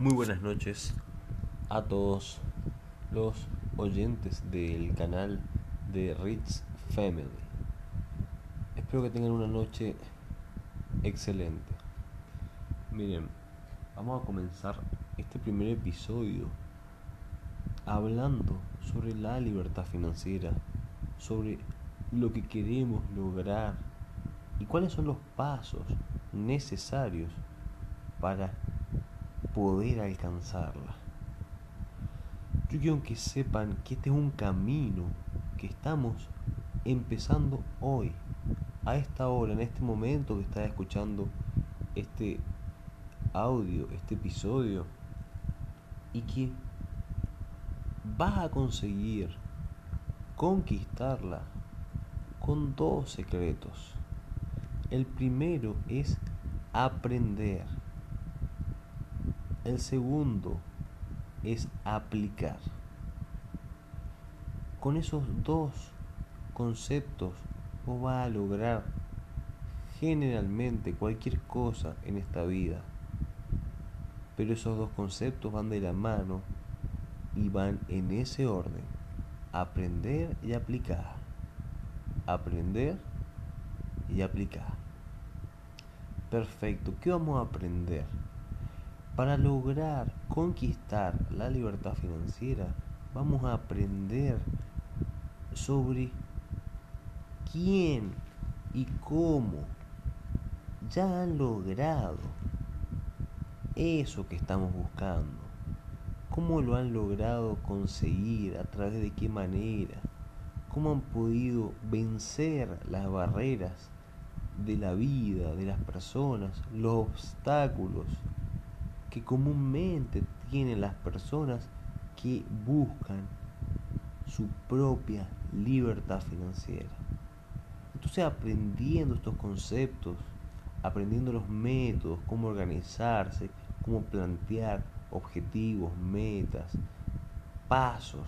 Muy buenas noches a todos los oyentes del canal de Rich Family. Espero que tengan una noche excelente. Miren, vamos a comenzar este primer episodio hablando sobre la libertad financiera, sobre lo que queremos lograr y cuáles son los pasos necesarios para poder alcanzarla. Yo quiero que sepan que este es un camino que estamos empezando hoy, a esta hora, en este momento que estás escuchando este audio, este episodio, y que vas a conseguir conquistarla con dos secretos. El primero es aprender. El segundo es aplicar. Con esos dos conceptos vos vas a lograr generalmente cualquier cosa en esta vida. Pero esos dos conceptos van de la mano y van en ese orden: aprender y aplicar. Aprender y aplicar. Perfecto. ¿Qué vamos a aprender? Para lograr conquistar la libertad financiera, vamos a aprender sobre quién y cómo ya han logrado eso que estamos buscando. ¿Cómo lo han logrado conseguir? ¿A través de qué manera? ¿Cómo han podido vencer las barreras de la vida, de las personas, los obstáculos que comúnmente tienen las personas que buscan su propia libertad financiera? Entonces, aprendiendo estos conceptos, aprendiendo los métodos, cómo organizarse, cómo plantear objetivos, metas, pasos,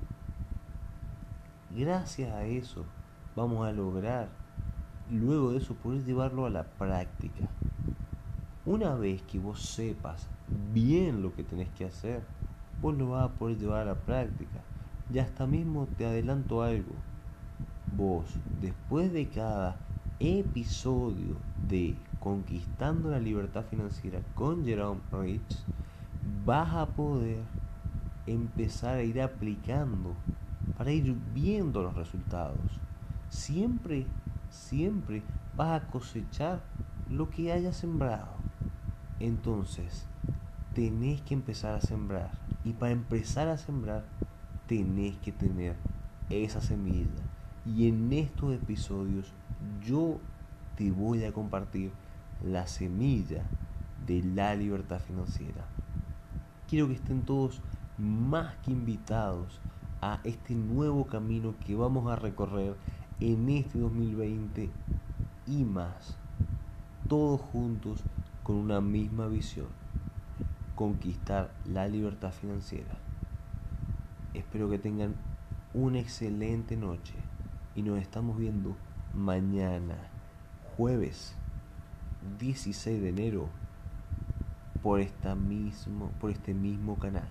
gracias a eso vamos a lograr luego de eso poder llevarlo a la práctica. Una vez que vos sepas bien lo que tenés que hacer, vos lo vas a poder llevar a la práctica. Y hasta mismo te adelanto algo: vos, después de cada episodio de Conquistando la Libertad Financiera con Jerome Rich, vas a poder empezar a ir aplicando para ir viendo los resultados. Siempre vas a cosechar lo que hayas sembrado. Entonces, tenés que empezar a sembrar. Y para empezar a sembrar, tenés que tener esa semilla. Y en estos episodios yo te voy a compartir la semilla de la libertad financiera. Quiero que estén todos más que invitados a este nuevo camino que vamos a recorrer en este 2020 y más, todos juntos con una misma visión: conquistar la libertad financiera. Espero que tengan una excelente noche y nos estamos viendo mañana, jueves 16 de enero, por este mismo canal.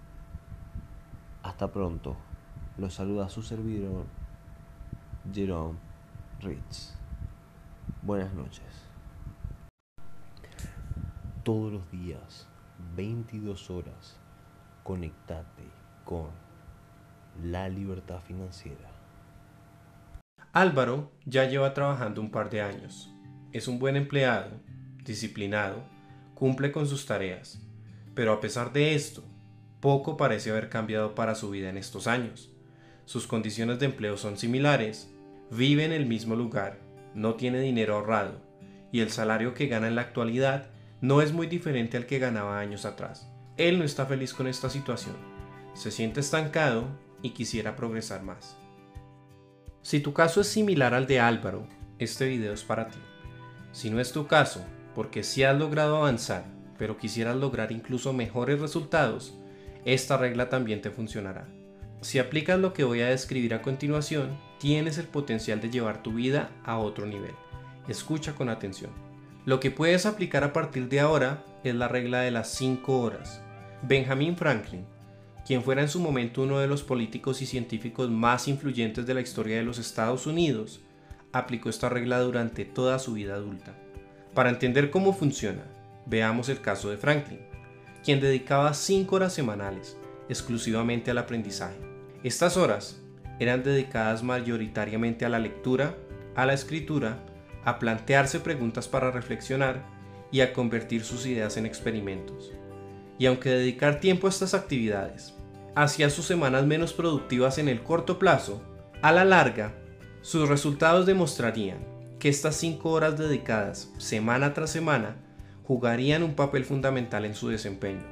Hasta pronto. Los saluda su servidor, Jerome Rich. Buenas noches. Todos los días, 22 horas, conectate con la libertad financiera. Álvaro ya lleva trabajando un par de años. Es un buen empleado, disciplinado, cumple con sus tareas, pero a pesar de esto, poco parece haber cambiado para su vida en estos años. Sus condiciones de empleo son similares, vive en el mismo lugar, no tiene dinero ahorrado, y el salario que gana en la actualidad no es muy diferente al que ganaba años atrás. Él no está feliz con esta situación, se siente estancado y quisiera progresar más. Si tu caso es similar al de Álvaro, este video es para ti. Si no es tu caso, porque sí has logrado avanzar, pero quisieras lograr incluso mejores resultados, esta regla también te funcionará. Si aplicas lo que voy a describir a continuación, tienes el potencial de llevar tu vida a otro nivel. Escucha con atención. Lo que puedes aplicar a partir de ahora es la regla de las 5 horas. Benjamin Franklin, quien fuera en su momento uno de los políticos y científicos más influyentes de la historia de los Estados Unidos, aplicó esta regla durante toda su vida adulta. Para entender cómo funciona, veamos el caso de Franklin, quien dedicaba 5 horas semanales exclusivamente al aprendizaje. Estas horas eran dedicadas mayoritariamente a la lectura, a la escritura, a plantearse preguntas para reflexionar y a convertir sus ideas en experimentos. Y aunque dedicar tiempo a estas actividades hacía sus semanas menos productivas en el corto plazo, a la larga, sus resultados demostrarían que estas 5 horas dedicadas semana tras semana jugarían un papel fundamental en su desempeño.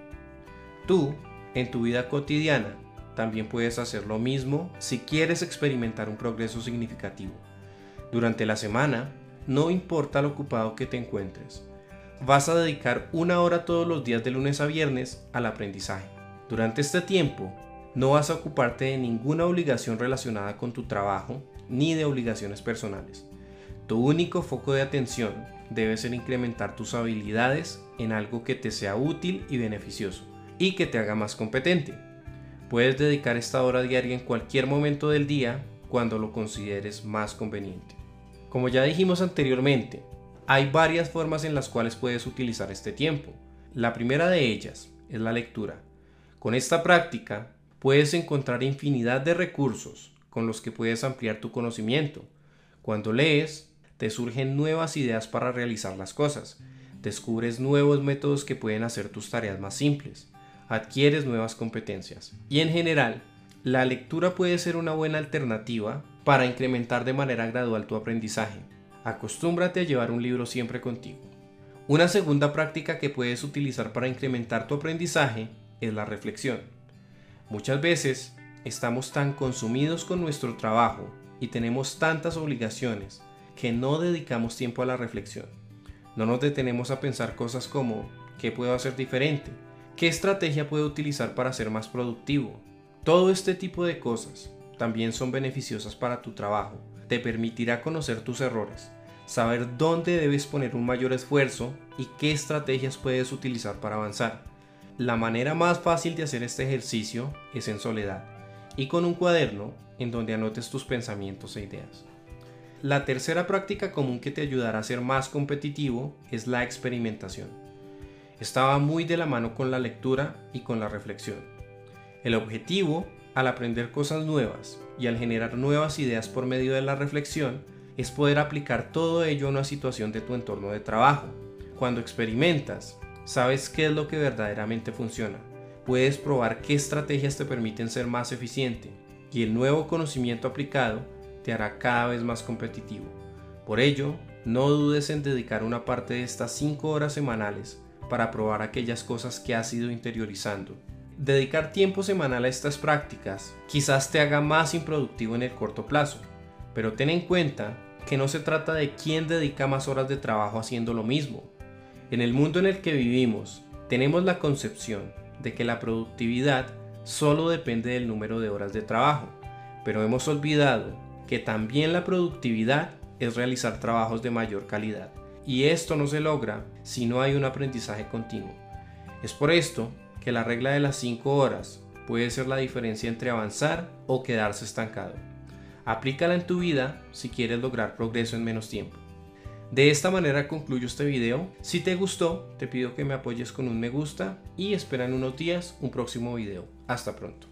Tú, en tu vida cotidiana, también puedes hacer lo mismo si quieres experimentar un progreso significativo. Durante la semana, no importa lo ocupado que te encuentres, vas a dedicar 1 hora todos los días de lunes a viernes al aprendizaje. Durante este tiempo, no vas a ocuparte de ninguna obligación relacionada con tu trabajo ni de obligaciones personales. Tu único foco de atención debe ser incrementar tus habilidades en algo que te sea útil y beneficioso y que te haga más competente. Puedes dedicar esta hora diaria en cualquier momento del día cuando lo consideres más conveniente. Como ya dijimos anteriormente, hay varias formas en las cuales puedes utilizar este tiempo. La primera de ellas es la lectura. Con esta práctica puedes encontrar infinidad de recursos con los que puedes ampliar tu conocimiento. Cuando lees, te surgen nuevas ideas para realizar las cosas, descubres nuevos métodos que pueden hacer tus tareas más simples, adquieres nuevas competencias y en general, la lectura puede ser una buena alternativa para incrementar de manera gradual tu aprendizaje. Acostúmbrate a llevar un libro siempre contigo. Una segunda práctica que puedes utilizar para incrementar tu aprendizaje es la reflexión. Muchas veces estamos tan consumidos con nuestro trabajo y tenemos tantas obligaciones que no dedicamos tiempo a la reflexión. No nos detenemos a pensar cosas como ¿qué puedo hacer diferente? ¿Qué estrategia puedo utilizar para ser más productivo? Todo este tipo de cosas también son beneficiosas para tu trabajo. Te permitirá conocer tus errores, saber dónde debes poner un mayor esfuerzo y qué estrategias puedes utilizar para avanzar. La manera más fácil de hacer este ejercicio es en soledad y con un cuaderno en donde anotes tus pensamientos e ideas. La tercera práctica común que te ayudará a ser más competitivo es la experimentación. Esta va muy de la mano con la lectura y con la reflexión. El objetivo, al aprender cosas nuevas y al generar nuevas ideas por medio de la reflexión, es poder aplicar todo ello a una situación de tu entorno de trabajo. Cuando experimentas, sabes qué es lo que verdaderamente funciona. Puedes probar qué estrategias te permiten ser más eficiente y el nuevo conocimiento aplicado te hará cada vez más competitivo. Por ello, no dudes en dedicar una parte de estas 5 horas semanales para probar aquellas cosas que has ido interiorizando. Dedicar tiempo semanal a estas prácticas quizás te haga más improductivo en el corto plazo, pero ten en cuenta que no se trata de quién dedica más horas de trabajo haciendo lo mismo. En el mundo en el que vivimos, tenemos la concepción de que la productividad solo depende del número de horas de trabajo, pero hemos olvidado que también la productividad es realizar trabajos de mayor calidad, y esto no se logra si no hay un aprendizaje continuo. Es por esto que la regla de las 5 horas puede ser la diferencia entre avanzar o quedarse estancado. Aplícala en tu vida si quieres lograr progreso en menos tiempo. De esta manera concluyo este video. Si te gustó, te pido que me apoyes con un me gusta y espera en unos días un próximo video. Hasta pronto.